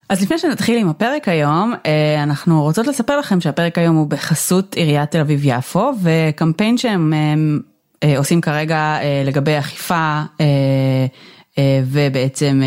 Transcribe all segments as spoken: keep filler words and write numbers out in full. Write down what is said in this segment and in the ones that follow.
אז לפני שנתחיל עם הפרק היום, אנחנו רוצות לספר לכם שהפרק היום הוא בחסות עיריית תל אביב יפו, וקמפיין שהם עושים כרגע לגבי אכיפה, ובעצם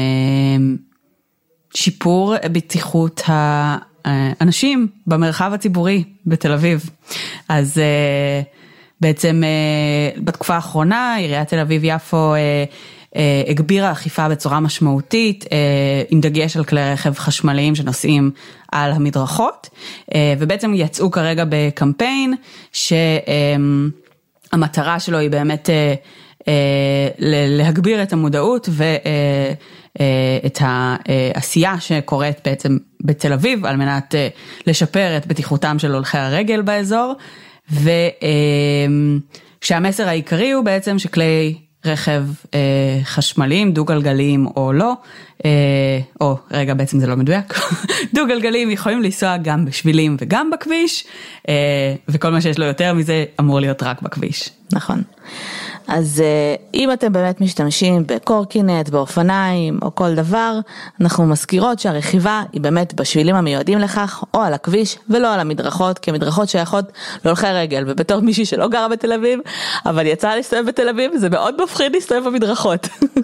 שיפור בטיחות האנשים במרחב הציבורי בתל אביב. אז בעצם בתקופה האחרונה, עיריית תל אביב יפו הגבירה אכיפה בצורה משמעותית, עם דגש על כלי רכב חשמליים שנוסעים על המדרכות, ובעצם יצאו כרגע בקמפיין שהמטרה שלו היא באמת להגביר את המודעות ואת העשייה שקורית בעצם בתל אביב, על מנת לשפר את בטיחותם של הולכי הרגל באזור, ושהמסר העיקרי הוא בעצם שכלי רכב אה, חשמליים, דו גלגליים או לא, אה, או רגע בעצם זה לא מדויק, דו גלגליים יכולים לנסוע גם בשבילים וגם בכביש, אה, וכל מה שיש לו יותר מזה אמור להיות רק בכביש. נכון. אז אם אתם באמת משתמשים בקורקינט, באופניים או כל דבר, אנחנו מזכירות שהרכיבה היא באמת בשבילים המיועדים לכך, או על הכביש ולא על המדרכות, כי המדרכות שייכות להולכי רגל, ובתור מישהי שלא גרה בתל אביב, אבל יצאה להסתובב בתל אביב, זה מאוד מפחיד להסתובב במדרכות.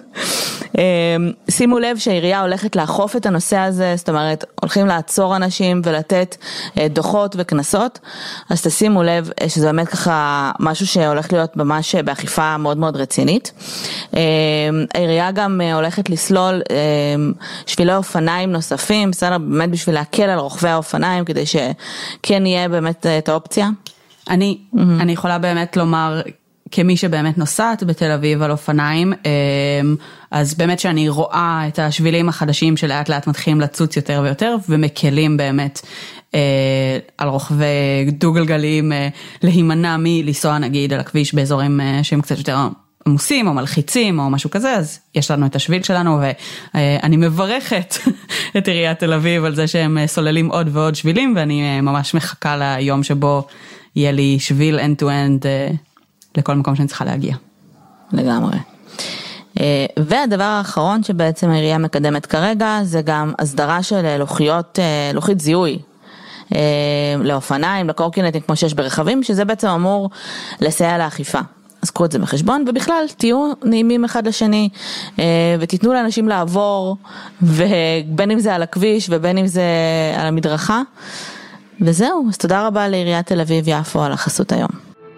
שימו לב שהעירייה הולכת לאכוף את הנושא הזה, זאת אומרת, הולכים לעצור אנשים ולתת דוחות וכנסות, אז תשימו לב שזה באמת ככה משהו שהולך להיות ממש באכיפה מאוד מאוד רצינית. העירייה גם הולכת לסלול שבילי אופניים נוספים, בסדר, באמת בשביל להקל על רוכבי האופניים, כדי שכן יהיה באמת את האופציה. אני, אני יכולה באמת לומר, כמי שבאמת נוסעת בתל אביב על אופניים, אז באמת שאני רואה את השבילים החדשים שלאט לאט מתחילים לצוץ יותר ויותר, ומקלים באמת על רוכבי דו גלגליים להימנע מלנסוע נגיד על הכביש באזורים שהם קצת יותר עמוסים או מלחיצים או משהו כזה, אז יש לנו את השביל שלנו, ואני מברכת את עיריית תל אביב על זה שהם סוללים עוד ועוד שבילים, ואני ממש מחכה ליום שבו יהיה לי שביל end to end לכל מקום שאני צריכה להגיע. לגמרי. והדבר האחרון שבעצם העירייה מקדמת כרגע, זה גם הסדרה של לוחיות, לוחית זיהוי, לאופניים, לקורקינטים כמו שיש ברכבים, שזה בעצם אמור לסייע לאכיפה. אז קחו את זה בחשבון, ובכלל תהיו נעימים אחד לשני, ותיתנו לאנשים לעבור, ובין אם זה על הכביש, ובין אם זה על המדרכה, וזהו. אז תודה רבה לעיריית תל אביב יפו על החסות היום.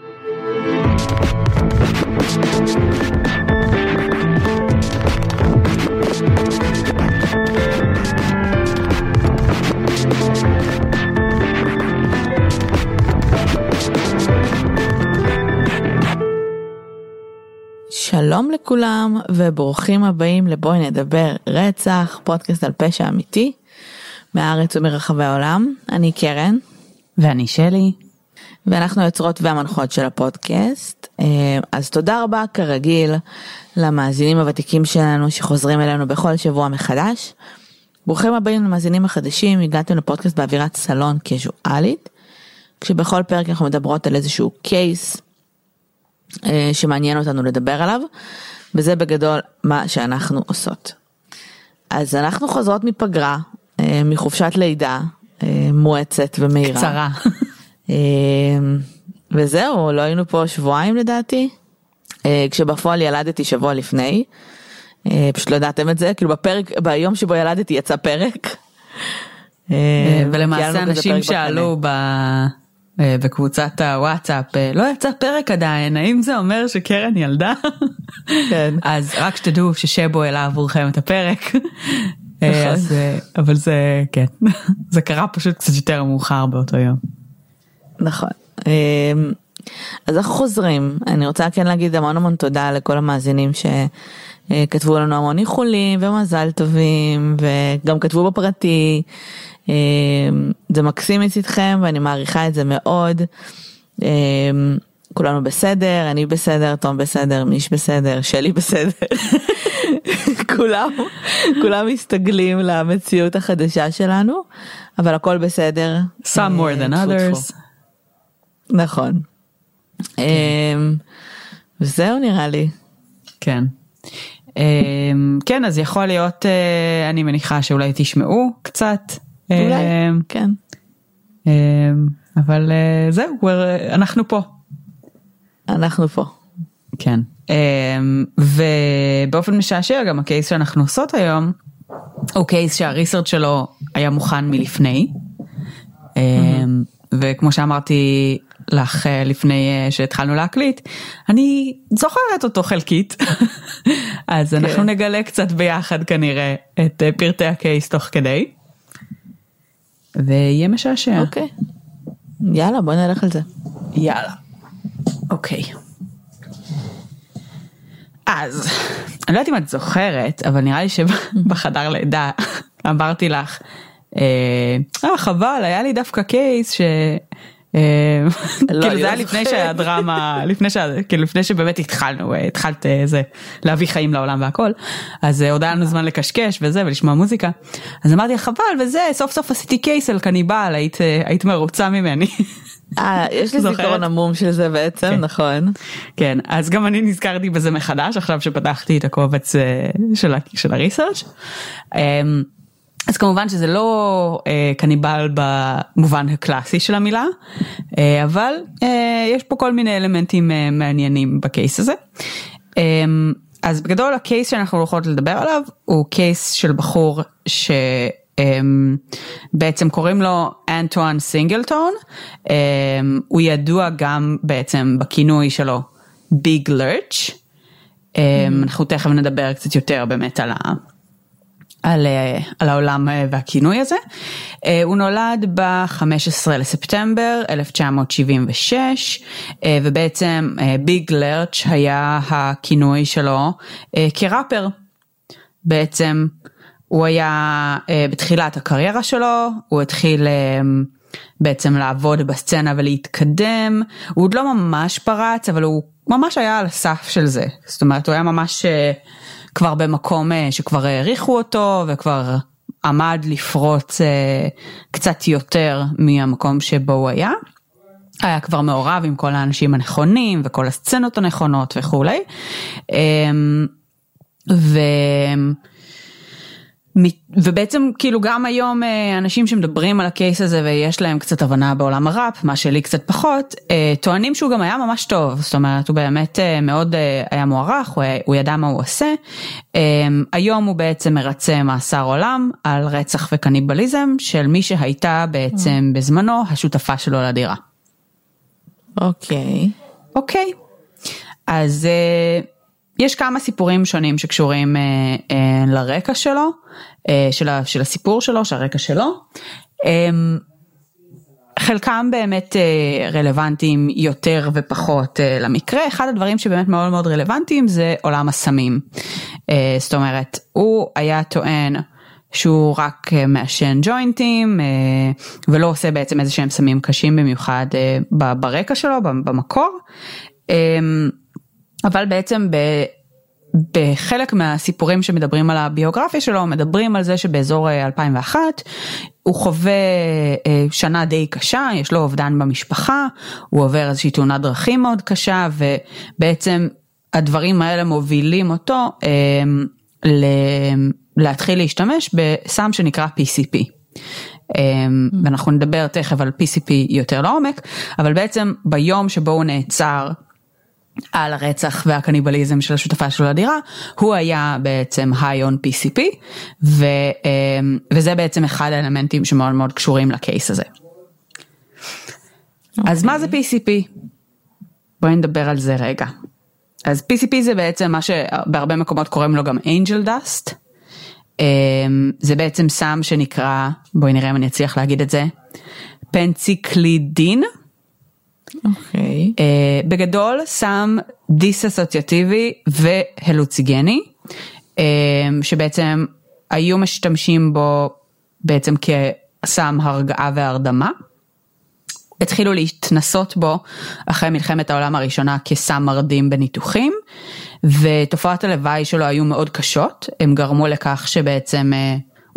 שלום לכולם וברוכים הבאים לבואי נדבר רצח, פודקאסט על פשע אמיתי מהארץ ומרחבי העולם. אני קרן. ואני שלי. ואנחנו יוצרות והמנחות של הפודקאסט. אז תודה רבה כרגיל למאזינים הוותיקים שלנו שחוזרים אלינו בכל שבוע מחדש. ברוכים הבאים למאזינים החדשים, הגעתם לפודקאסט באווירת סלון קזואלית, כשבכל פרק אנחנו מדברות על איזשהו קייס שמעניין אותנו לדבר עליו, וזה בגדול מה שאנחנו עושות. אז אנחנו חוזרות מפגרה, מחופשת לידה, מואצת ומהירה. קצרה. וזהו, לא היינו פה שבועיים לדעתי, כשבפועל ילדתי שבוע לפני, פשוט לא ידעתם את זה, כאילו בפרק, ביום שבו ילדתי יצא פרק. ולמעשה אנשים שאלו ב... בקבוצת הוואטסאפ, לא יצא פרק עדיין, האם זה אומר שקרן ילדה? כן. אז רק שתדעו ששבו אלה עבורכם את הפרק, אז, אבל זה, כן, זה קרה פשוט קצת יותר מאוחר באותו יום. נכון. אז אנחנו חוזרים, אני רוצה כן להגיד המון המון תודה לכל המאזינים שכתבו לנו המון איחולים ומזל טובים, וגם כתבו בפרטי, זה מקסים מצדכם ואני מעריכה את זה מאוד. כולנו בסדר, אני בסדר, תום בסדר, מיש בסדר, שלי בסדר. כולם, כולם מסתגלים למציאות החדשה שלנו, אבל הכל בסדר. Some more than others. נכון. וזהו נראה לי. כן. כן, אז יכול להיות, אני מניחה שאולי תשמעו קצת. אולי, כן. אבל זהו, אנחנו פה. אנחנו פה. כן. ובאופן משעשע גם הקייס שאנחנו עושות היום, הוא קייס שהריסרצ' שלו היה מוכן מלפני. וכמו שאמרתי לך לפני שהתחלנו להקליט, אני זוכרת אותו חלקית, אז אנחנו נגלה קצת ביחד כנראה את פרטי הקייס תוך כדי, ויהיה משעשע. אוקיי, יאללה בוא נלך על זה. יאללה, אוקיי. אז, אני לא יודעת אם את זוכרת, אבל נראה לי שבחדר לידה אמרתי לך, אה, חבל, היה לי דווקא קייס ש... כאילו זה היה לפני שהדרמה, כאילו לפני שבאמת התחלנו, התחלת זה, להביא חיים לעולם והכל, אז עוד היה לנו זמן לקשקש וזה, ולשמוע מוזיקה, אז אמרתי חבל וזה, סוף סוף עשיתי קייס על קניבל, היית מרוצה ממני. אה, יש לי זיכרון עמום של זה בעצם, נכון. כן, אז גם אני נזכרתי בזה מחדש, עכשיו שפתחתי את הקובץ של הריסרצ'. אז כמובן שזה לא אה, קניבל במובן הקלאסי של המילה, אה, אבל אה, יש פה כל מיני אלמנטים אה, מעניינים בקייס הזה. אה, אז בגדול הקייס שאנחנו הולכות לדבר עליו הוא קייס של בחור שבעצם אה, קוראים לו אנטואן סינגלטון, אה, הוא ידוע גם בעצם בכינוי שלו ביג לרץ', אה, mm. אנחנו תכף נדבר קצת יותר באמת על ה... על, על העולם והכינוי הזה. הוא נולד ב-חמישה עשר לספטמבר אלף תשע מאות שבעים ושש, ובעצם ביג לרץ' היה הכינוי שלו כראפר. בעצם הוא היה בתחילת הקריירה שלו, הוא התחיל בעצם לעבוד בסצנה ולהתקדם, הוא עוד לא ממש פרץ, אבל הוא ממש היה על הסף של זה. זאת אומרת, הוא היה ממש... כבר במקום שכבר העריכו אותו, וכבר עמד לפרוץ קצת יותר מהמקום שבו הוא היה. היה כבר מעורב עם כל האנשים הנכונים, וכל הסצנות הנכונות וכו'. ו... ובעצם כאילו גם היום אנשים שמדברים על הקייס הזה ויש להם קצת הבנה בעולם הראפ, מה שלי קצת פחות, טוענים שהוא גם היה ממש טוב, זאת אומרת הוא באמת מאוד היה מוערך, הוא, הוא ידע מה הוא עושה. היום הוא בעצם מרצה מאסר עולם על רצח וקניבליזם של מי שהייתה בעצם בזמנו השותפה שלו לדירה. אוקיי. אוקיי. אז... יש כמה סיפורים שונים שקשורים אה, אה, לרקע שלו, אה, של, ה, של הסיפור שלו, של הרקע שלו. אה, חלקם באמת אה, רלוונטיים יותר ופחות אה, למקרה. אחד הדברים שבאמת מאוד מאוד רלוונטיים זה עולם הסמים. אה, זאת אומרת, הוא היה טוען שהוא רק אה, מעשן ג'וינטים, אה, ולא עושה בעצם איזה שהם סמים קשים במיוחד אה, ברקע שלו, במקור. אה, אבל בעצם ב, בחלק מהסיפורים שמדברים על הביוגרפיה שלו, מדברים על זה שבאזור אלפיים ואחת, הוא חווה שנה די קשה, יש לו אובדן במשפחה, הוא עובר איזושהי תאונת דרכים מאוד קשה, ובעצם הדברים האלה מובילים אותו ל, להתחיל להשתמש בסם שנקרא פי סי פי. ואנחנו נדבר תכף על פי סי פי יותר לעומק, אבל בעצם ביום שבו הוא נעצר, על הרצח והקניבליזם של השותפה שלו לדירה, הוא היה בעצם high on פי סי פי, ו, וזה בעצם אחד האלמנטים שמאוד מאוד קשורים לקייס הזה. Okay. אז מה זה פי סי פי? בואי נדבר על זה רגע. אז פי סי פי זה בעצם מה שבהרבה מקומות קוראים לו גם angel dust, זה בעצם סם שנקרא, בואי נראה אם אני אצליח להגיד את זה, פנציקלידין, אוקיי. Okay. Uh, בגדול סם דיסאסוציאטיבי והלוציגני, uh, שבעצם היו משתמשים בו בעצם כסם הרגעה והרדמה. התחילו להתנסות בו אחרי מלחמת העולם הראשונה כסם מרדים בניתוחים, ותופעות הלוואי שלו היו מאוד קשות, הם גרמו לכך שבעצם uh,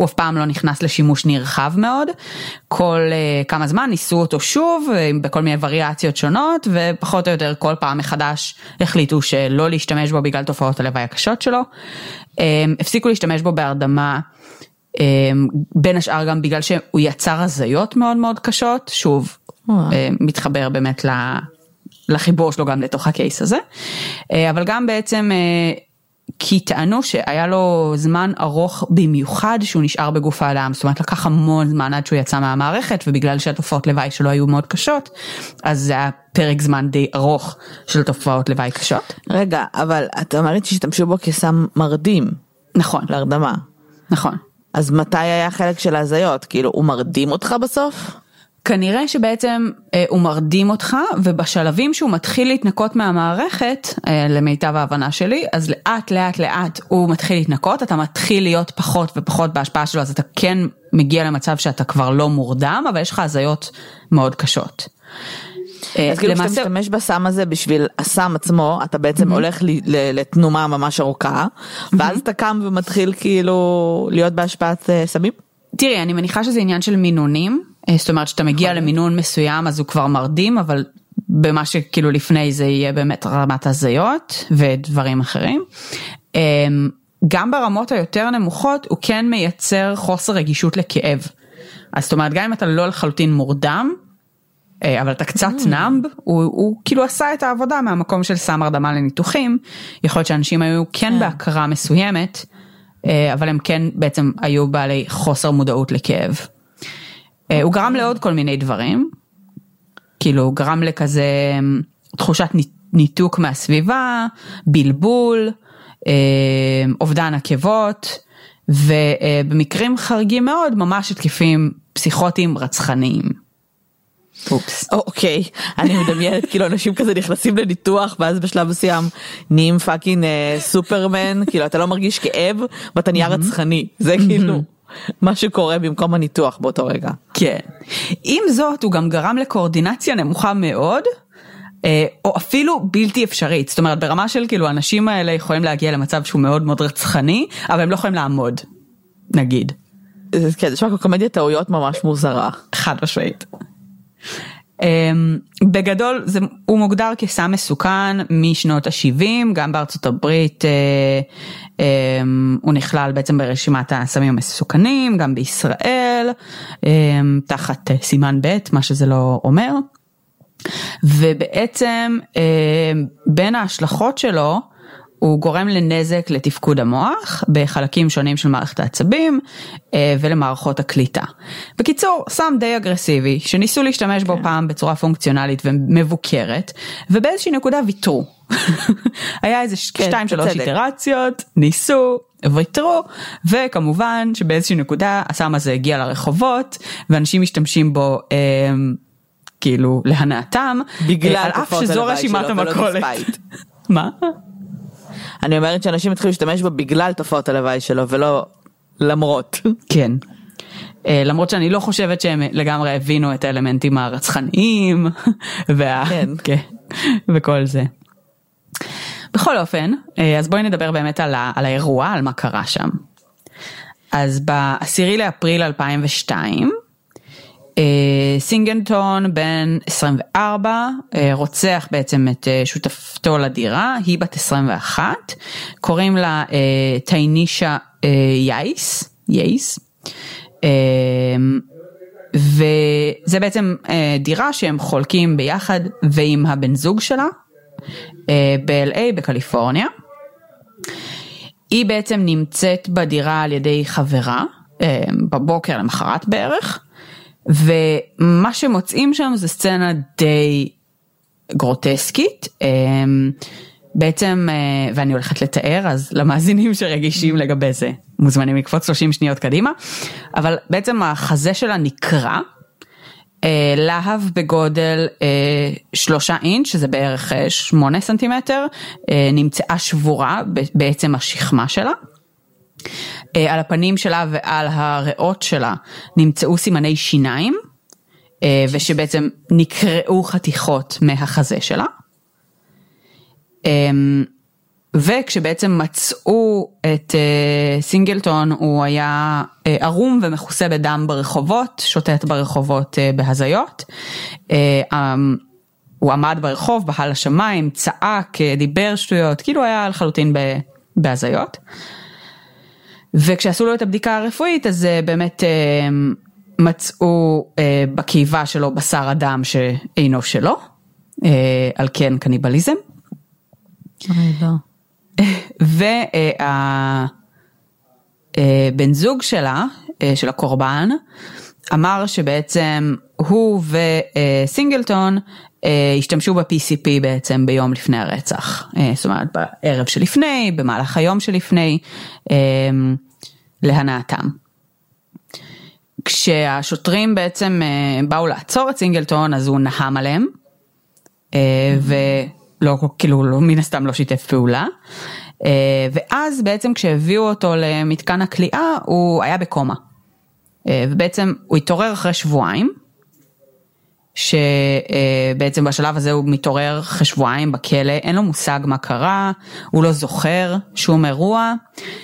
הוא אף פעם לא נכנס לשימוש נרחב מאוד, כל uh, כמה זמן ניסו אותו שוב, בכל מיני וריאציות שונות, ופחות או יותר כל פעם מחדש החליטו שלא להשתמש בו בגלל תופעות הלוואי הקשות שלו, um, הפסיקו להשתמש בו בהרדמה, um, בין השאר גם בגלל שהוא יצר הזיות מאוד מאוד קשות, שוב, uh, מתחבר באמת לחיבור שלו גם לתוך הקייס הזה, uh, אבל גם בעצם, uh, כי טענו שהיה לו זמן ארוך במיוחד שהוא נשאר בגוף האדם, זאת אומרת לקח המון זמן עד שהוא יצא מהמערכת, ובגלל שהתופעות לוואי שלו היו מאוד קשות, אז זה היה פרק זמן די ארוך של תופעות לוואי קשות. רגע, אבל את אומרת שהשתמשו בו כסם מרדים. נכון. להרדמה. נכון. אז מתי היה חלק של ההזיות? כאילו, הוא מרדים אותך בסוף? כנראה שבעצם אה, הוא מרדים אותך, ובשלבים שהוא מתחיל להתנקות מהמערכת, אה, למיטב ההבנה שלי, אז לאט לאט לאט הוא מתחיל להתנקות, אתה מתחיל להיות פחות ופחות בהשפעה שלו, אז אתה כן מגיע למצב שאתה כבר לא מורדם, אבל יש לך הזיות מאוד קשות. אז כאילו כשאתה משתמש בסם הזה בשביל הסם עצמו, אתה בעצם הולך לתנומה ממש ארוכה, ואז אתה קם ומתחיל כאילו להיות בהשפעת סמים? תראי, אני מניחה שזה עניין של מינונים, זאת אומרת שאתה מגיע למינון מסוים אז הוא כבר מרדים, אבל במה שכאילו לפני זה יהיה באמת רמת הזיות ודברים אחרים. גם ברמות היותר נמוכות הוא כן מייצר חוסר רגישות לכאב. אז זאת אומרת גם אם אתה לא לחלוטין מורדם, אבל אתה קצת נאמב, הוא, הוא כאילו עשה את העבודה מהמקום של סם הרדמה לניתוחים, יכול להיות שאנשים היו כן בהכרה מסוימת, אבל הם כן בעצם היו בעלי חוסר מודעות לכאב. הוא גרם לעוד כל מיני דברים, כאילו הוא גרם לכזה תחושת ניתוק מהסביבה, בלבול, אובדן עקבות, ובמקרים חריגים מאוד ממש התקפים פסיכוטיים רצחניים. אופס. אוקיי, אני מדמיינת כאילו אנשים כזה נכנסים לניתוח ואז בשלב מסוים נהיים פאקינג סופרמן, כאילו אתה לא מרגיש כאב ואתה נהיה רצחני, זה כאילו מה שקורה במקום הניתוח באותו רגע. כן. עם זאת הוא גם גרם לקואורדינציה נמוכה מאוד, או אפילו בלתי אפשרית, זאת אומרת ברמה של כאילו האנשים האלה יכולים להגיע למצב שהוא מאוד מאוד רצחני, אבל הם לא יכולים לעמוד, נגיד. כן, זה שמה קומדיה טעויות ממש מוזרה. חד משמעית. בגדול זה, הוא מוגדר כסם מסוכן משנות ה-שבעים, גם בארצות הברית הוא נכלל בעצם ברשימת הסמים המסוכנים, גם בישראל, תחת סימן ב', מה שזה לא אומר, ובעצם בין ההשלכות שלו, הוא גורם לנזק לתפקוד המוח, בחלקים שונים של מערכת העצבים, ולמערכות הקליטה. בקיצור, סם די אגרסיבי, שניסו להשתמש בו פעם בצורה פונקציונלית ומבוקרת, ובאיזושהי נקודה ויתרו. היה איזה שתיים שלוש איטרציות, ניסו, ויתרו, וכמובן שבאיזושהי נקודה הסם הזה הגיע לרחובות, ואנשים משתמשים בו כאילו להנאתם, בגלל אף שזו רשימת המכולת. מה? אני אומרת שאנשים התחילו להשתמש בו בגלל תופעות הלוואי שלו, ולא למרות. כן. למרות שאני לא חושבת שהם לגמרי הבינו את האלמנטים הרצחניים, וה... כן. כן. וכל זה. בכל אופן, אז בואי נדבר באמת על, ה... על האירוע, על מה קרה שם. אז בעשירי לאפריל אלפיים ושתיים, סינגנטון בן עשרים וארבע רוצח בעצם את שותפתו לדירה, היא בת עשרים ואחת, קוראים לה טיינישה יייס, יייס, וזה בעצם דירה שהם חולקים ביחד ועם הבן זוג שלה ב-אל איי בקליפורניה. היא בעצם נמצאת בדירה על ידי חברה בבוקר למחרת בערך, ומה שמוצאים שם זה סצנה די גרוטסקית, בעצם, ואני הולכת לתאר, אז למאזינים שרגישים לגבי זה, מוזמנים לקפוץ שלושים שניות קדימה, אבל בעצם החזה שלה נקרע, להב בגודל שלושה אינץ', שזה בערך שמונה סנטימטר, נמצאה שבורה בעצם השכמה שלה, על הפנים שלה ועל הריאות שלה נמצאו סימני שיניים, ושבעצם נקרעו חתיכות מהחזה שלה. וכשבעצם מצאו את uh, סינגלטון, הוא היה uh, ערום ומכוסה בדם ברחובות, שוטט ברחובות uh, בהזיות, uh, um, הוא עמד ברחוב, בהל השמיים, צעק, דיבר שטויות, כאילו היה לחלוטין בהזיות. וכשעשו לו את הבדיקה הרפואית, אז באמת מצאו בקיבה שלו בשר אדם שאינו שלו, על כן קניבליזם. והבן זוג שלה, של הקורבן, אמר שבעצם הוא וסינגלטון השתמשו ב-פי סי פי בעצם ביום לפני הרצח, זאת אומרת בערב שלפני, במהלך היום שלפני, להנאתם. כשהשוטרים בעצם באו לעצור את סינגלטון, אז הוא נהם עליהם, ולא, כאילו, לא, מן הסתם לא שיתף פעולה, ואז בעצם כשהביאו אותו למתקן הכליאה, הוא היה בקומה. ובעצם הוא התעורר אחרי שבועיים, שבעצם בשלב הזה הוא מתעורר אחרי שבועיים בכלא, אין לו מושג מה קרה, הוא לא זוכר שום אירוע,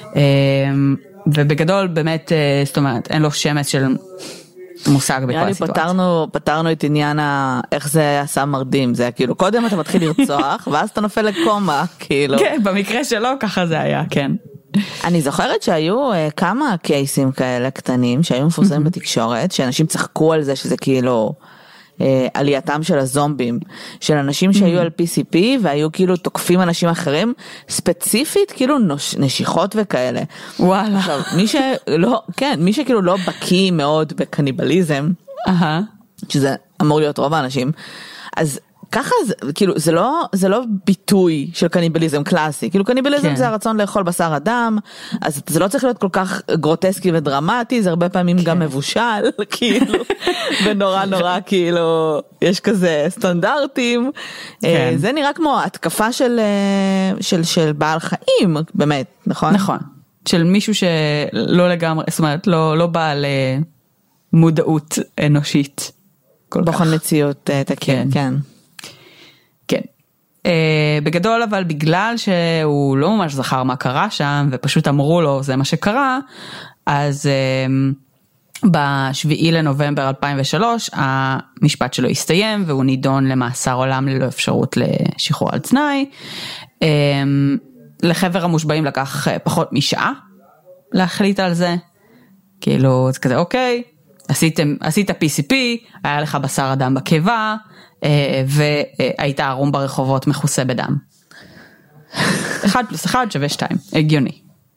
ובגדול באמת, זאת אומרת, אין לו שמץ של מושג בכל הסיטואציה. פתרנו, פתרנו את עניין איך זה עשה מרדים, זה כאילו, קודם אתה מתחיל לרצוח, ואז אתה נופל לקומה, כאילו. כן, במקרה שלו ככה זה היה, כן. אני זוכרת שהיו כמה קייסים כאלה קטנים, שהיו מפורסמים בתקשורת, שאנשים צחקו על זה שזה כאילו עלייתם של הזומבים, של אנשים שהיו על פי סי פי, והיו כאילו תוקפים אנשים אחרים, ספציפית כאילו נשיכות וכאלה. וואלה. עכשיו, מי שלא, כן, מי שכאילו לא בקיא מאוד בקניבליזם, שזה אמור להיות רוב האנשים, אז ככה זה, כאילו, זה לא, זה לא ביטוי של קניבליזם קלאסי, כאילו קניבליזם כן. זה הרצון לאכול בשר אדם, אז זה לא צריך להיות כל כך גרוטסקי ודרמטי, זה הרבה פעמים כן. גם מבושל, כאילו, ונורא נורא, כאילו, יש כזה סטנדרטים, כן. זה נראה כמו התקפה של, של, של בעל חיים, באמת, נכון? נכון, של מישהו שלא לגמרי, זאת אומרת, לא, לא בעל מודעות אנושית, בכל מציאות, תקין, כן. כן. כן, uh, בגדול אבל בגלל שהוא לא ממש זכר מה קרה שם, ופשוט אמרו לו זה מה שקרה, אז uh, בשביעי לנובמבר אלפיים ושלוש המשפט שלו הסתיים, והוא נידון למאסר עולם ללא אפשרות לשחרור על תנאי. uh, לחבר המושבעים לקח פחות משעה להחליט על זה, כאילו זה כזה אוקיי, עשיתם, עשית פי סי פי, היה לך בשר אדם בקיבה, והיית ערום ברחובות מכוסה בדם. אחד פלוס אחד שווה שתיים, הגיוני.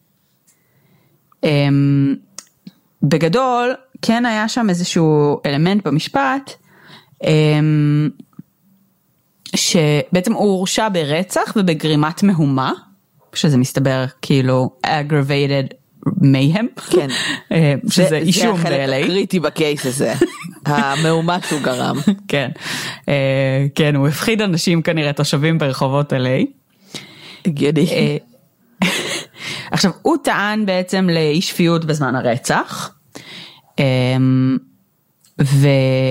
בגדול, כן היה שם איזשהו אלמנט במשפט, שבעצם הוא הורשע ברצח ובגרימת מהומה, שזה מסתבר כאילו aggravated mayhem, כן. שזה אישום ב-אל איי. זה החלק הקריטי בקייס הזה, המהומה שהוא גרם. כן, כן, הוא הפחיד אנשים כנראה תושבים ברחובות אל איי. הגיוני. עכשיו, הוא טען בעצם לאי שפיות בזמן הרצח, ו...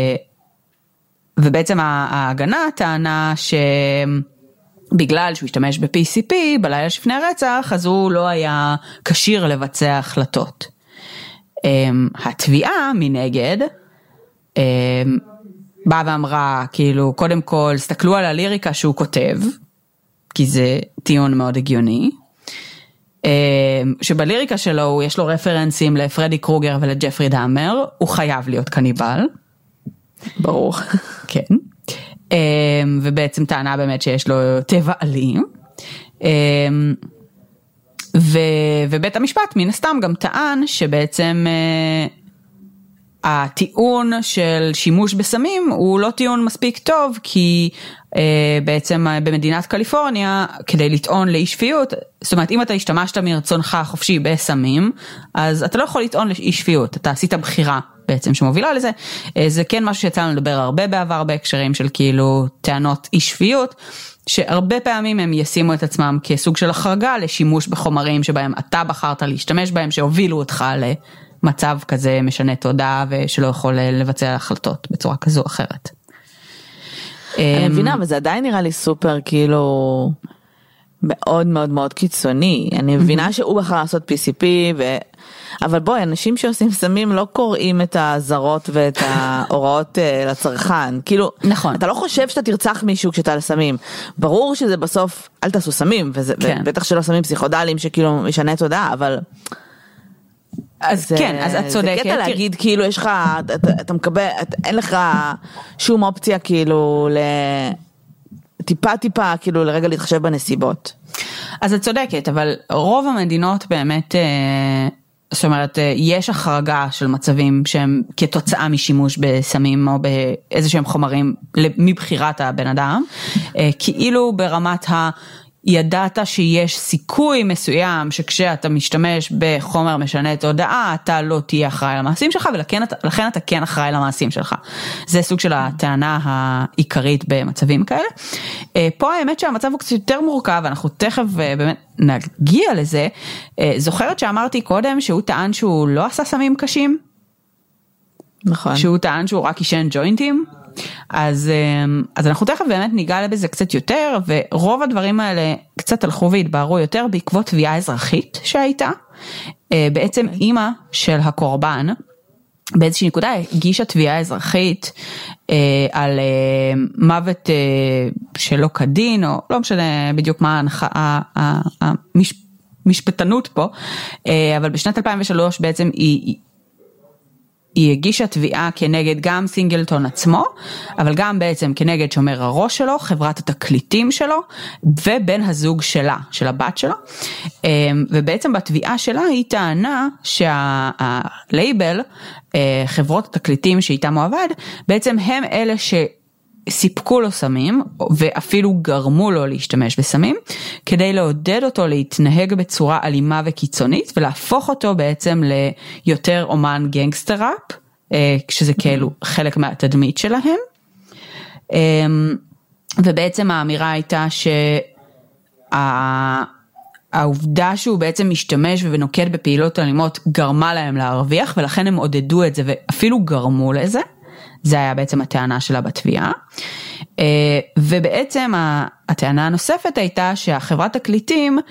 ובעצם ההגנה טענה ש... בגלל שהוא השתמש ב-פי סי פי בלילה לפני הרצח, אז הוא לא היה כשיר לבצע החלטות. התביעה מנגד, באה ואמרה, כאילו, קודם כל, סתכלו על הליריקה שהוא כותב, כי זה טיעון מאוד הגיוני, שבליריקה שלו יש לו רפרנסים לפרדי קרוגר ולג'פרי דאמר, הוא חייב להיות קניבל. ברור. כן. ובעצם טענה באמת שיש לו טבע אלים, ובית המשפט מן הסתם גם טען שבעצם הטיעון של שימוש בסמים הוא לא טיעון מספיק טוב, כי בעצם במדינת קליפורניה כדי לטעון לאי שפיות, זאת אומרת אם אתה השתמשת מרצונך חופשי בסמים, אז אתה לא יכול לטעון לאי שפיות, אתה עשית בחירה בעצם שמובילה לזה. זה כן משהו שיצאנו לדבר הרבה בעבר בהקשרים של כאילו טענות אי שפיות, שהרבה פעמים הם ישימו את עצמם כסוג של החרגה לשימוש בחומרים שבהם אתה בחרת להשתמש בהם, שהובילו אותך למצב כזה משנה תודעה ושלא יכול לבצע החלטות בצורה כזו או אחרת. אני מבינה, אבל זה עדיין נראה לי סופר כאילו מאוד מאוד מאוד קיצוני, אני מבינה שהוא בחר לעשות פי סי פי, ו... אבל בואי, אנשים שעושים סמים לא קוראים את הזרות ואת ההוראות uh, לצרכן, כאילו, נכון. אתה לא חושב שאתה תרצח מישהו כשאתה על סמים, ברור שזה בסוף, אל תעשו סמים, וזה, כן. ובטח שלא סמים פסיכודליים שכאילו משנה תודעה, אבל... אז זה, כן, אז את צודקת. זה קטע להגיד, כאילו, יש לך, אתה, אתה מקבל, אתה, אין לך שום אופציה, כאילו, ל... טיפה טיפה, כאילו, לרגע להתחשב בנסיבות. אז את צודקת, אבל רוב המדינות באמת, זאת אומרת, יש החרגה של מצבים שהם כתוצאה משימוש בסמים או באיזה שהם חומרים מבחירת הבן אדם, כאילו ברמת ה... ידעת שיש סיכוי מסוים שכשאתה משתמש בחומר משנה תודעה, אתה לא תהיה אחראי למעשים שלך, ולכן אתה, לכן אתה כן אחראי למעשים שלך. זה סוג של הטענה העיקרית במצבים כאלה. פה האמת שהמצב הוא קצת יותר מורכב, אנחנו תכף באמת נגיע לזה. זוכרת שאמרתי קודם שהוא טען שהוא לא עשה סמים קשים? נכון. שהוא טען שהוא רק ישן ג'וינטים? אז, אז אנחנו תכף באמת ניגע בזה קצת יותר, ורוב הדברים האלה קצת הלכו והתבהרו יותר בעקבות תביעה אזרחית שהייתה. בעצם אימא של הקורבן, באיזושהי נקודה הגישה תביעה אזרחית על מוות שלא כדין, או לא משנה בדיוק מה המשפטנות פה, אבל בשנת אלפיים ושלוש בעצם היא... היא הגישה תביעה כנגד גם סינגלטון עצמו, אבל גם בעצם כנגד שומר הראש שלו, חברת התקליטים שלו, ובן הזוג שלה, של הבת שלו. ובעצם בתביעה שלה היא טענה שהלייבל, חברות התקליטים שאיתם הוא עבד, בעצם הם אלה ש... סיפקו לו סמים, ואפילו גרמו לו להשתמש בסמים, כדי לעודד אותו להתנהג בצורה אלימה וקיצונית, ולהפוך אותו בעצם ליותר אומן גנגסטר ראפ, כשזה כאילו חלק מהתדמית שלהם. ובעצם האמירה הייתה שהעובדה שהוא בעצם משתמש ונוקט בפעילות אלימות, גרמה להם להרוויח, ולכן הם עודדו את זה, ואפילו גרמו לזה. זה היה בעצם הטענה שלה בתביעה, ובעצם הטענה הנוספת הייתה שהחברת תקליטים,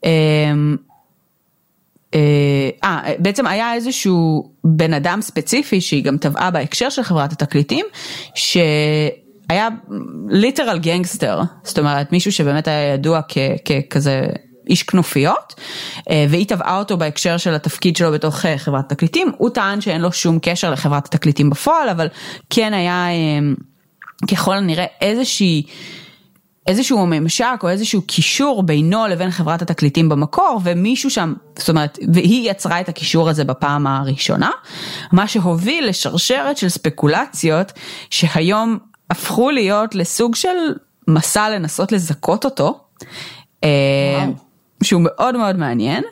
אה, בעצם היה איזשהו בן אדם ספציפי שהיא גם טבעה בהקשר של חברת התקליטים, שהיה ליטרל גנגסטר, זאת אומרת מישהו שבאמת היה ידוע ככזה איש כנופיות, והיא טבעה אותו בהקשר של התפקיד שלו בתוך חברת תקליטים. הוא טען שאין לו שום קשר לחברת התקליטים בפועל, אבל כן היה ככל הנראה איזושהי, איזשהו ממשק או איזשהו קישור בינו לבין חברת התקליטים במקור, ומישהו שם, זאת אומרת, והיא יצרה את הקישור הזה בפעם הראשונה, מה שהוביל לשרשרת של ספקולציות שהיום הפכו להיות לסוג של מסע לנסות לזכות אותו, וואו. שהוא מאוד מאוד מעניין.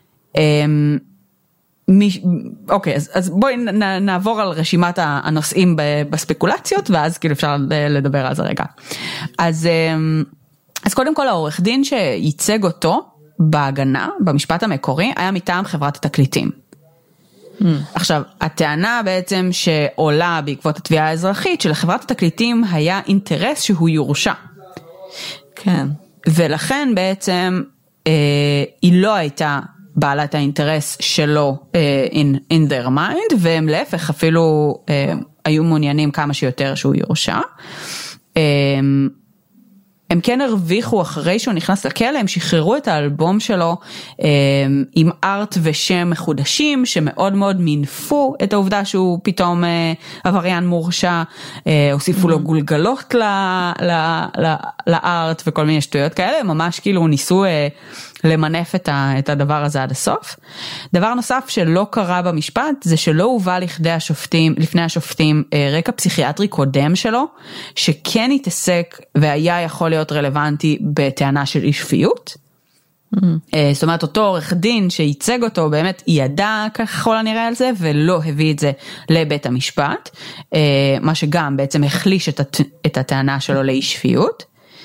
אוקיי, אז, אז בואי נעבור על רשימת הנושאים בספקולציות, ואז כאילו אפשר לדבר על זה רגע. אז, אז קודם כל העורך דין שייצג אותו בהגנה, במשפט המקורי, היה מטעם חברת התקליטים. Hmm. עכשיו, הטענה בעצם שעולה בעקבות התביעה האזרחית, שלחברת התקליטים היה אינטרס שהוא יורשע. כן. ולכן בעצם אה, היא לא הייתה בעלת האינטרס שלו אה, in, in their mind, והם להפך אפילו אה, היו מעוניינים כמה שיותר שהוא יורשע. אה, הם כן הרוויחו אחרי שהוא נכנס לכלא, הם שחררו את האלבום שלו אה, עם ארט ושם מחודשים, שמאוד מאוד מינפו את העובדה שהוא פתאום אה, עבריין מורשע, אה, הוסיפו לו גולגלות ל, ל, ל, לארט וכל מיני שטויות כאלה, ממש כאילו ניסו אה, למנף את, ה, את הדבר הזה עד הסוף. דבר נוסף שלא קרה במשפט, זה שלא הובא לכדי השופטים, לפני השופטים אה, רקע פסיכיאטרי קודם שלו, שכן התעסק והיה יכול להיות רלוונטי בטענה של אי שפיות. Mm-hmm. זאת אומרת, אותו עורך דין שייצג אותו, באמת ידע ככל הנראה על זה, ולא הביא את זה לבית המשפט, מה שגם בעצם החליש את הטענה שלו לאי שפיות.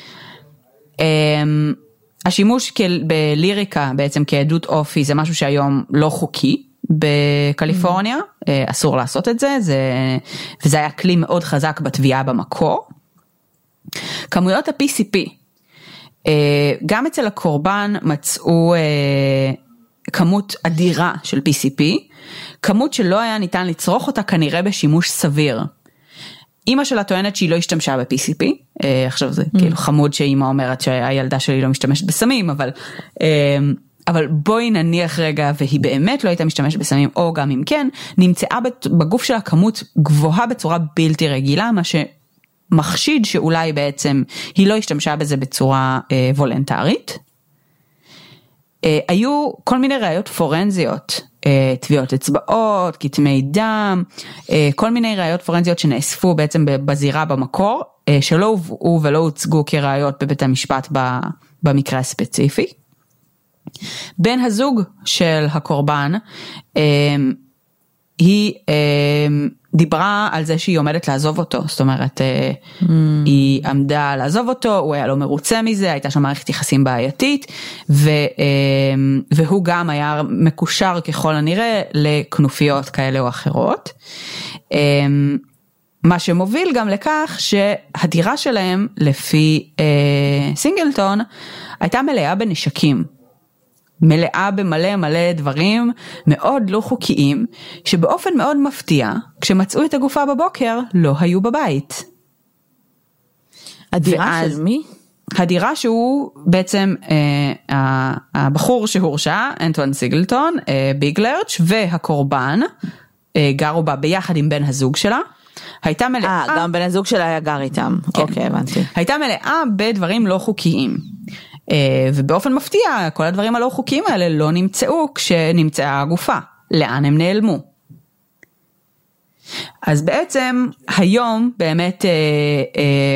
השימוש בליריקה בעצם כעדות אופי, זה משהו שהיום לא חוקי בקליפורניה, mm-hmm. אסור לעשות את זה, זה, וזה היה כלי מאוד חזק בתביעה במקור. כמויות ה-פי סי פי, גם אצל הקורבן מצאו כמות אדירה של פי סי פי, כמות שלא היה ניתן לצרוך אותה כנראה בשימוש סביר. אמא שלה טוענת שהיא לא השתמשה ב-פי סי פי, עכשיו זה כאילו חמוד שאמא אומרת שהילדה שלי לא משתמשת בסמים, אבל, אבל בואי נניח רגע, והיא באמת לא הייתה משתמשת בסמים, או גם אם כן, נמצאה בגוף שלה כמות גבוהה בצורה בלתי רגילה, מה שמחשיד שאולי בעצם היא לא השתמשה בזה בצורה וולנטרית. היו כל מיני ראיות פורנזיות, טביעות אצבעות, כתמי דם, כל מיני ראיות פורנזיות שנאספו בעצם בזירה במקור, שלא הובאו ולא הוצגו כראיות בבית המשפט במקרה הספציפי. בן הזוג של הקורבן, היא דיברה על זה שהיא עומדת לעזוב אותו, זאת אומרת, mm. היא עמדה לעזוב אותו, הוא היה לא מרוצה מזה, הייתה שם מערכת יחסים בעייתית, ו, והוא גם היה מקושר ככל הנראה לכנופיות כאלה או אחרות, מה שמוביל גם לכך שהדירה שלהם, לפי סינגלטון, הייתה מלאה בנשקים, מלאה במלא מלא דברים מאוד לא חוקיים, שבאופן מאוד מפתיע, כשמצאו את הגופה בבוקר, לא היו בבית. הדירה של מי? הדירה שהוא בעצם, אה, הבחור שהורשע, אנטואן סיגלטון, אה, ביגלרץ' והקורבן, אה, גרו בה ביחד עם בן הזוג שלה, הייתה מלאה... אה, גם בן הזוג שלה היה גר איתם. כן. אוקיי, הבנתי. הייתה מלאה בדברים לא חוקיים. ובאופן מפתיע, כל הדברים הלא חוקיים האלה לא נמצאו כשנמצאה הגופה. לאן הם נעלמו? אז בעצם היום באמת אה, אה,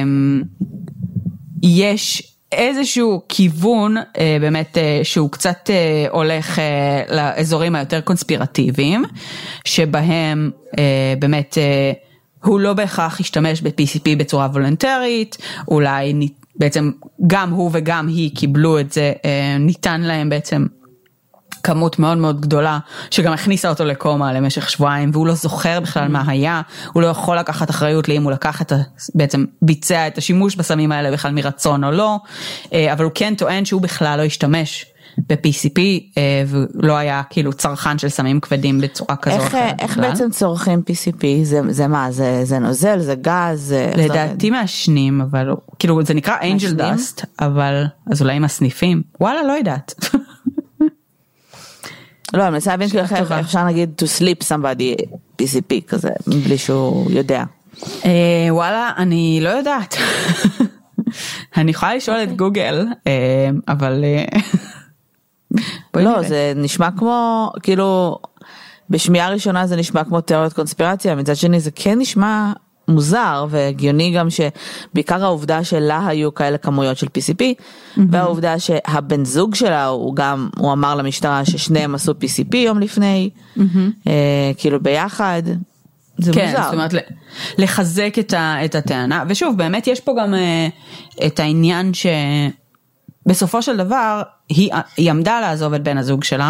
יש איזשהו כיוון אה, באמת אה, שהוא קצת אה, הולך אה, לאזורים היותר קונספירטיביים, שבהם אה, באמת אה, הוא לא בהכרח השתמש ב-פי סי פי בצורה וולונטרית, אולי ניתן, בעצם גם הוא וגם היא קיבלו את זה, ניתן להם בעצם כמות מאוד מאוד גדולה, שגם הכניסה אותו לקומה למשך שבועיים, והוא לא זוכר בכלל מה היה, הוא לא יכול לקחת אחריות לאם הוא לקח את, בעצם ביצע את השימוש בסמים האלה בכלל מרצון או לא, אבל הוא כן טוען שהוא בכלל לא השתמש ב-פי סי פי, ולא היה כאילו צרכן של סמים כבדים בצורה כזו או אחרת. איך בעצם צורכים פי סי פי? זה מה? זה נוזל? זה גז? לדעתי מהשנים, אבל כאילו זה נקרא אנג'ל דאסט, אבל אז אולי עם הסניפים. וואלה, לא יודעת. לא, אני מנסה להבין איך אפשר נגיד to sleep somebody פי סי פי כזה, בלי שהוא יודע. וואלה, אני לא יודעת. אני יכולה לשאול את גוגל, אבל... לא, זה נשמע כמו, כאילו, בשמיעה ראשונה זה נשמע כמו תיאוריות קונספירציה, מצד שני זה כן נשמע מוזר והגיוני גם שבעיקר העובדה שלה היו כאלה כמויות של פי סי פי, והעובדה שהבן זוג שלה הוא גם, הוא אמר למשטרה ששניהם עשו פי סי פי יום לפני, כאילו ביחד, זה מוזר. כן, זאת אומרת, לחזק את הטענה, ושוב, באמת יש פה גם את העניין ש... בסופו של דבר, היא, היא עמדה לעזוב את בן הזוג שלה,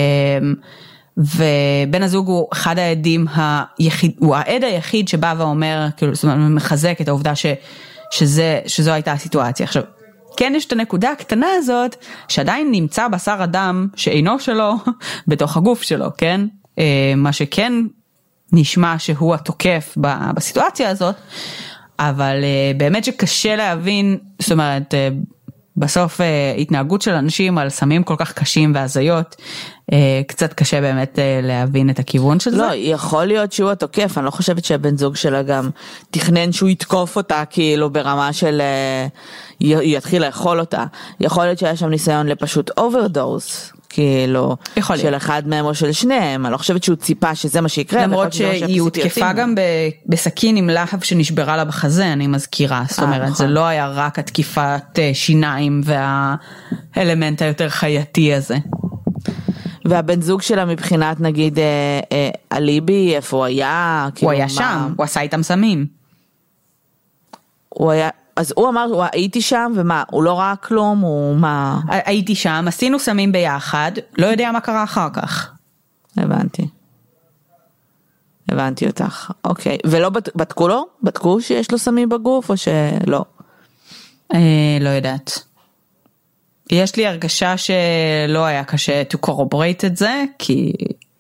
ובן הזוג הוא אחד העדים היחיד, הוא העד היחיד שבא ואומר, כאילו, זאת אומרת, מחזק את העובדה ש, שזה, שזו הייתה הסיטואציה. עכשיו, כן יש את הנקודה הקטנה הזאת, שעדיין נמצא בשר אדם שאינו שלו, בתוך הגוף שלו, כן? מה שכן נשמע שהוא התוקף בסיטואציה הזאת, אבל באמת שקשה להבין, זאת אומרת, בסוף התנהגות של אנשים על סמים כל כך קשים והזיות, קצת קשה באמת להבין את הכיוון של זה. לא, יכול להיות שהוא התוקף, אני לא חושבת שהבן זוג שלה גם תכנן שהוא יתקוף אותה כאילו ברמה של יתחיל לאכול אותה. יכול להיות שהיה שם ניסיון לפשוט אוברדוס, כאילו של אחד מהם או של שניהם, אני לא חושבת שהוא ציפה שזה מה שיקרה. למרות שהיא הותקפה גם בסכין עם להב שנשברה לה בחזה, אני מזכירה, זאת אומרת זה לא היה רק התקיפת שיניים והאלמנט היותר חייתי הזה. והבן זוג שלה מבחינת נגיד אליבי, איפה הוא היה? הוא היה שם, הוא עשה איתם סמים. הוא היה... אז הוא אמר, הוא הייתי שם, ומה, הוא לא ראה כלום, הוא מה? הייתי שם, עשינו סמים ביחד, לא יודע מה קרה אחר כך. הבנתי. הבנתי אותך, אוקיי. ולא בדקו לו? בדקו שיש לו סמים בגוף, או שלא? אה, לא יודעת. יש לי הרגשה שלא היה קשה to corroborate את זה, כי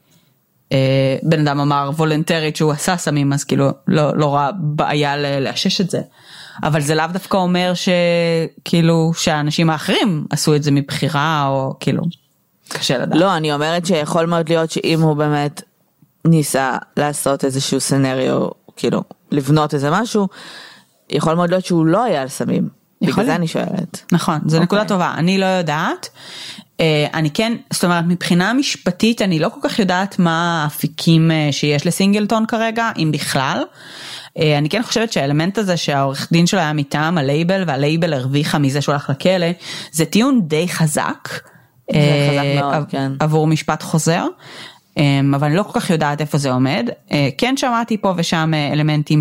אה, בן אדם אמר וולנטרית שהוא עשה סמים, אז כאילו לא, לא ראה בעיה לאשש את זה. אבל זה לאו דווקא אומר שכאילו שהאנשים האחרים עשו את זה מבחירה, או כאילו, קשה לדעת. לא, אני אומרת שיכול מאוד להיות שאם הוא באמת ניסה לעשות איזשהו סנריו, כאילו, לבנות איזה משהו, יכול מאוד להיות שהוא לא היה על סמים. בגלל זה אני שואלת. נכון, זו נקודה טובה. אני לא יודעת. אני כן, זאת אומרת, מבחינה משפטית, אני לא כל כך יודעת מה האפיקים שיש לסינגלטון כרגע, אם בכלל. אני כן חושבת שהאלמנט הזה שהעורך דין שלו היה מטעם הלייבל, והלייבל הרוויחה מזה שהוא הלך לכלא, זה טיעון די חזק. זה חזק מאוד, כן. עבור משפט חוזר. אבל אני לא כל כך יודעת איפה זה עומד. כן שמעתי פה ושם אלמנטים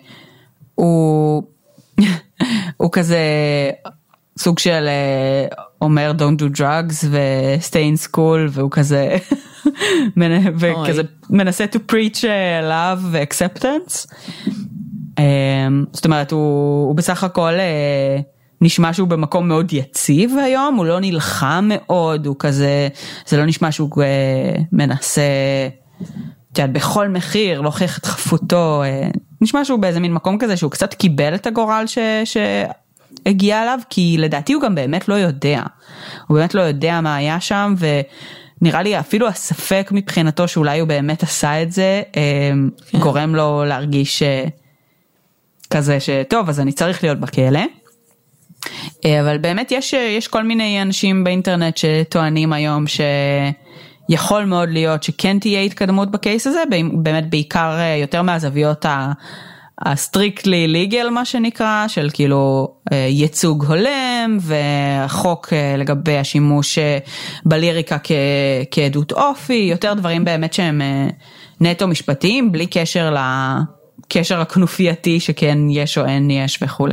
שהוא הוא כזה סוג של אומר don't do drugs ו-stay in school, והוא כזה וכזה מנסה to preach love ו-acceptance. זאת אומרת, הוא, הוא בסך הכל נשמע שהוא במקום מאוד יציב היום, הוא לא נלחם מאוד, הוא כזה, זה לא נשמע שהוא מנסה תיעד, בכל מחיר, להוכיח את חפותו, נשמע שהוא באיזה מין מקום כזה, שהוא קצת קיבל את הגורל ש, שהגיע עליו, כי לדעתי הוא גם באמת לא יודע, הוא באמת לא יודע מה היה שם, ונראה לי אפילו הספק מבחינתו, שאולי הוא באמת עשה את זה, כן. גורם לו להרגיש כזה שטוב, אז אני צריך להיות בכלא, אבל באמת יש, יש כל מיני אנשים באינטרנט שטוענים היום ש... יכול מאוד להיות שכן תהיה התקדמות בקייס הזה, באמת בעיקר יותר מהזוויות הסטריקטלי ליגל מה שנקרא, של כאילו ייצוג הולם, וחוק לגבי השימוש בליריקה כעדות אופי, יותר דברים באמת שהם נטו משפטיים, בלי קשר לקשר הכנופייתי שכן יש או אין יש וכו'.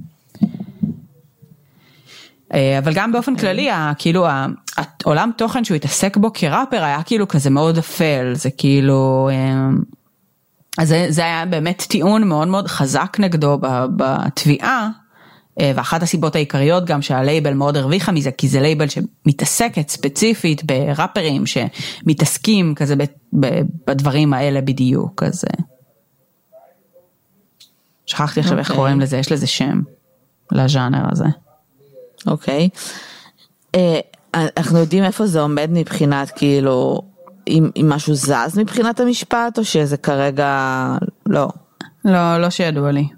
אבל גם באופן כללי, כאילו, העולם תוכן שהוא התעסק בו כראפר היה כאילו כזה מאוד אפל, זה כאילו, אז זה, זה היה באמת טיעון מאוד מאוד חזק נגדו בתביעה, ואחת הסיבות העיקריות גם שהלייבל מאוד הרוויחה מזה, כי זה לייבל שמתעסקת ספציפית בראפרים שמתעסקים כזה בדברים האלה בדיוק, אז שכחתי עכשיו איך קוראים לזה, יש לזה שם, לז'אנר הזה. אוקיי, אנחנו יודעים איפה זה עומד מבחינת כאילו, אם משהו זז מבחינת המשפט, או שזה כרגע לא? לא, לא שידוע לי.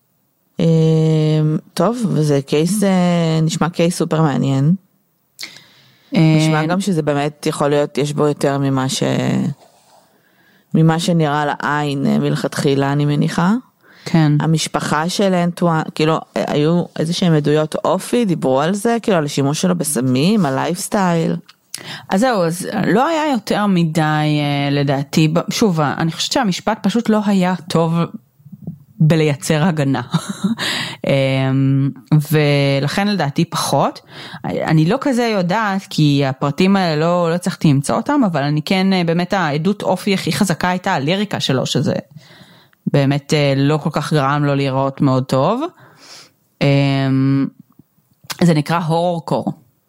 טוב, וזה קייס, נשמע קייס סופר מעניין. נשמע גם שזה באמת יכול להיות, יש בו יותר ממה ש... ממה שנראה לעין מלכתחילה, אני מניחה. כן. המשפחה של אנטואן, כאילו, היו איזה שהם עדויות אופי, דיברו על זה, כאילו, על השימוש שלו בסמים, על לייפסטייל. אז זהו, אז לא היה יותר מדי, לדעתי, שוב, אני חושבת שהמשפט פשוט לא היה טוב בלייצר הגנה. ולכן לדעתי פחות. אני לא כזה יודעת, כי הפרטים האלה לא, לא צריכתי למצוא אותם, אבל אני כן, באמת העדות אופי הכי חזקה הייתה הליריקה שלו, שזה באמת לא כל כך גרם לו לראות מאוד טוב. זה נקרא הורור קור.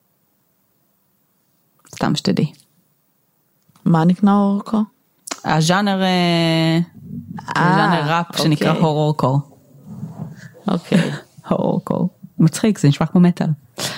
סתם שתדעי. מה נקרא הורור קור? הז'אנר, הז'אנר ראפ שנקרא הורור קור. אוקיי. הורור קור. מצחיק, זה נשמע כמו מטל.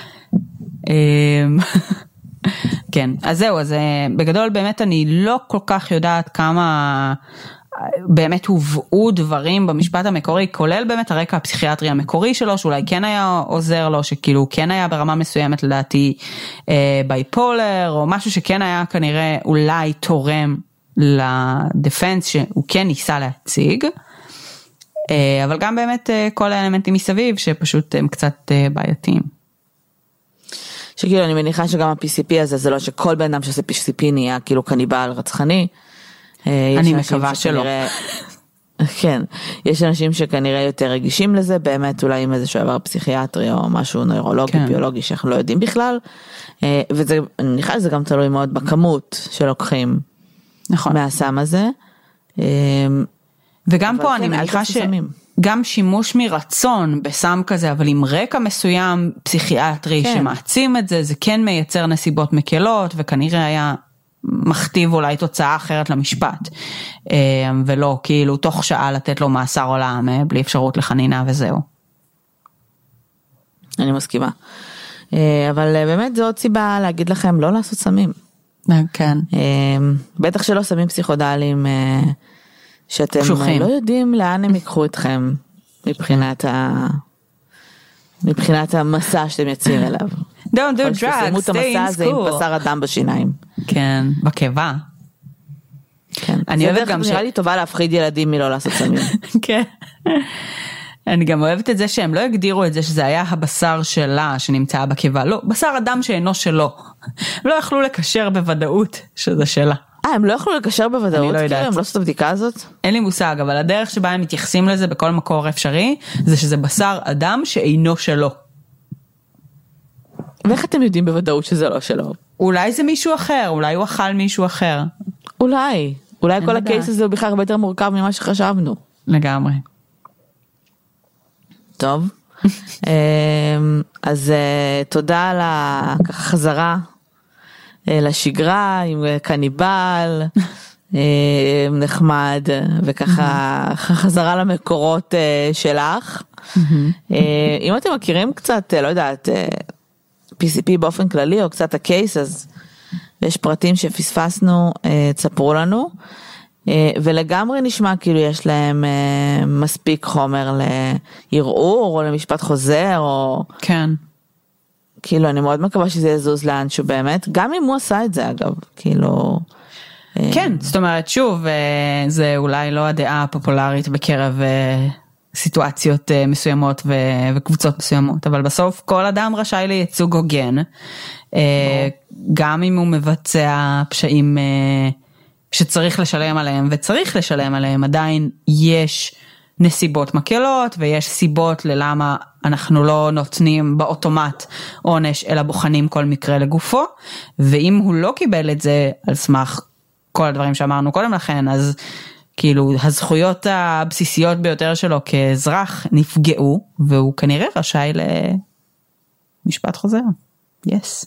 כן, אז זהו, אז בגדול באמת אני לא כל כך יודעת כמה באמת הובאו דברים במשפט המקורי, כולל באמת הרקע הפסיכיאטרי המקורי שלו, שאולי כן היה עוזר לו, שכאילו כן היה ברמה מסוימת לדעתי בייפולר, או משהו שכן היה כנראה אולי תורם לדפנס שהוא כן ניסה להציג, אבל גם באמת כל האלמנטים מסביב שפשוט הם קצת בעייתיים. שכאילו אני מניחה שגם ה-פי סי פי הזה זה לא שכל בן אדם שעושה פי סי פי נהיה כאילו קניבל רצחני. אני מקווה שלא. כן, יש אנשים שכנראה יותר רגישים לזה, באמת אולי עם איזשהו עבר פסיכיאטרי או משהו נוירולוגי, ביולוגי שאנחנו לא יודעים בכלל, וזה, אני מניחה שזה גם תלוי מאוד בכמות שלוקחים מהסם הזה. וגם פה אני מניחה ש... גם שימוש מרצון בסם כזה, אבל עם רקע מסוים פסיכיאטרי כן. שמעצים את זה, זה כן מייצר נסיבות מקלות, וכנראה היה מכתיב אולי תוצאה אחרת למשפט, ולא כאילו תוך שעה לתת לו מאסר עולם, בלי אפשרות לחנינה וזהו. אני מסכימה. אבל באמת זו עוד סיבה להגיד לכם לא לעשות סמים. כן. בטח שלא סמים פסיכודליים, שאתם לא יודעים לאן הם ייקחו אתכם, מבחינת ה... מבחינת המסע שאתם יציר אליו. Don't do drugs, stay in school. עם בשר אדם בשיניים. כן, בקיבה. כן. אני אוהבת גם ש... נראה לי טובה להפחיד ילדים מלא לעשות סמים. כן. אני גם אוהבת את זה שהם לא הגדירו את זה שזה היה הבשר שלה שנמצאה בקיבה. לא, בשר אדם שאינו שלו. לא יכלו לקשר בוודאות שזה שלה. אה, הם לא יכלו לקשר בוודאות? אני לא יודעת. הם לא עשו את הבדיקה הזאת? אין לי מושג, אבל הדרך שבה הם מתייחסים לזה בכל מקור אפשרי, זה שזה בשר אדם שאינו שלו. ואיך אתם יודעים בוודאות שזה לא שלו? אולי זה מישהו אחר, אולי הוא אכל מישהו אחר. אולי. אולי כל הקייס הזה הוא בכלל הרבה יותר מורכב ממה שחשבנו. לגמרי. טוב. אז תודה על החזרה לשגרה עם קניבל נחמד, וככה חזרה למקורות שלך. אם אתם מכירים קצת, לא יודעת, פי סי פי באופן כללי או קצת הקייס, אז יש פרטים שפספסנו, תספרו לנו. ולגמרי נשמע כאילו יש להם מספיק חומר לערעור או למשפט חוזר, או כן, כאילו אני מאוד מקווה שזה יזוז לאנשהו באמת, גם אם הוא עשה את זה אגב, כאילו כן, זאת אומרת שוב, זה אולי לא הדעה הפופולרית בקרב סיטואציות מסוימות וקבוצות מסוימות, אבל בסוף כל אדם רשאי לייצוג הוגן, גם אם הוא מבצע פשעים שצריך לשלם עליהם, וצריך לשלם עליהם, עדיין יש נסיבות מקלות, ויש סיבות ללמה אנחנו לא נותנים באוטומט עונש, אלא בוחנים כל מקרה לגופו, ואם הוא לא קיבל את זה על סמך כל הדברים שאמרנו קודם לכן, אז כאילו הזכויות הבסיסיות ביותר שלו כאזרח נפגעו, והוא כנראה רשאי למשפט חוזר. Yes.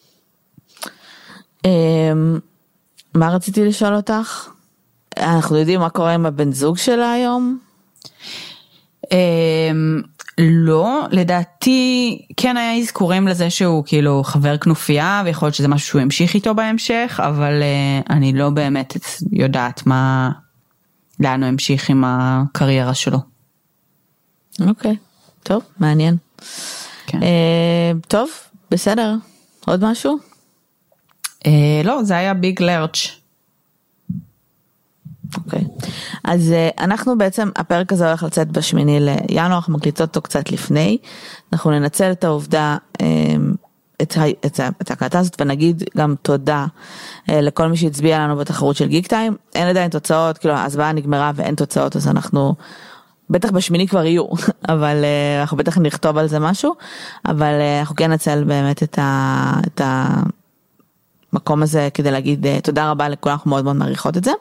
מה רציתי לשאול אותך? אנחנו יודעים מה קורה עם הבן זוג שלה היום? לא, לדעתי כן היה הזכורים לזה שהוא כאילו חבר כנופיה, ויכול להיות שזה משהו שהוא המשיך איתו בהמשך, אבל אני לא באמת יודעת מה, לאן הוא המשיך עם הקריירה שלו. אוקיי, טוב, מעניין. כן. טוב, בסדר. עוד משהו? לא, זה היה ביג לרץ'. אוקיי. אז אנחנו בעצם, הפרק הזה הולך לצאת בשמיני לינואר, אנחנו מקליטות אותו קצת לפני, אנחנו ננצל את העובדה, את, את, את ההקלטה הזאת, ונגיד גם תודה לכל מי שהצביע לנו בתחרות של גיק טיים. אין עדיין תוצאות, כאילו ההצבעה נגמרה ואין תוצאות, אז אנחנו בטח בשמיני כבר יהיו, אבל אנחנו בטח נכתוב על זה משהו, אבל אנחנו כן נצל באמת את ה... את ה מקום הזה כדי להגיד תודה רבה לכולם, אנחנו מאוד מאוד מעריכות את זה.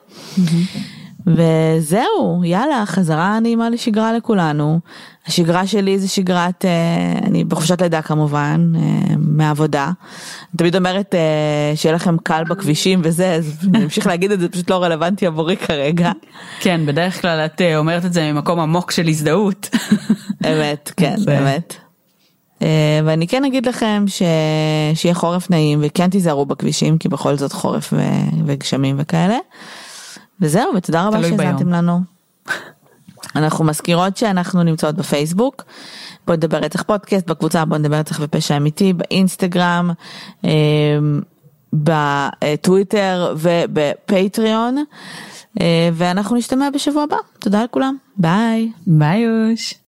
וזהו, יאללה, חזרה נעימה לשגרה לכולנו. השגרה שלי זה שגרת, אני בחופשת לידה כמובן, מהעבודה. אני תמיד אומרת שיהיה לכם קל בכבישים וזה, אז אני אמשיך להגיד את זה, פשוט לא רלוונטי עבורי כרגע. כן, בדרך כלל את אומרת את זה ממקום עמוק של הזדהות. אמת, כן, באמת. ואני כן אגיד לכם ש... שיהיה חורף נעים, וכן תיזהרו בכבישים, כי בכל זאת חורף ו... וגשמים וכאלה. וזהו, ותודה רבה שהזנתם לנו. אנחנו מזכירות שאנחנו נמצאות בפייסבוק, בוא נדבר רצח פודקאסט, בקבוצה בוא נדבר רצח ופשע אמיתי, באינסטגרם, בטוויטר ובפטריון, ואנחנו נשתמע בשבוע הבא. תודה לכולם, ביי. ביי יוש.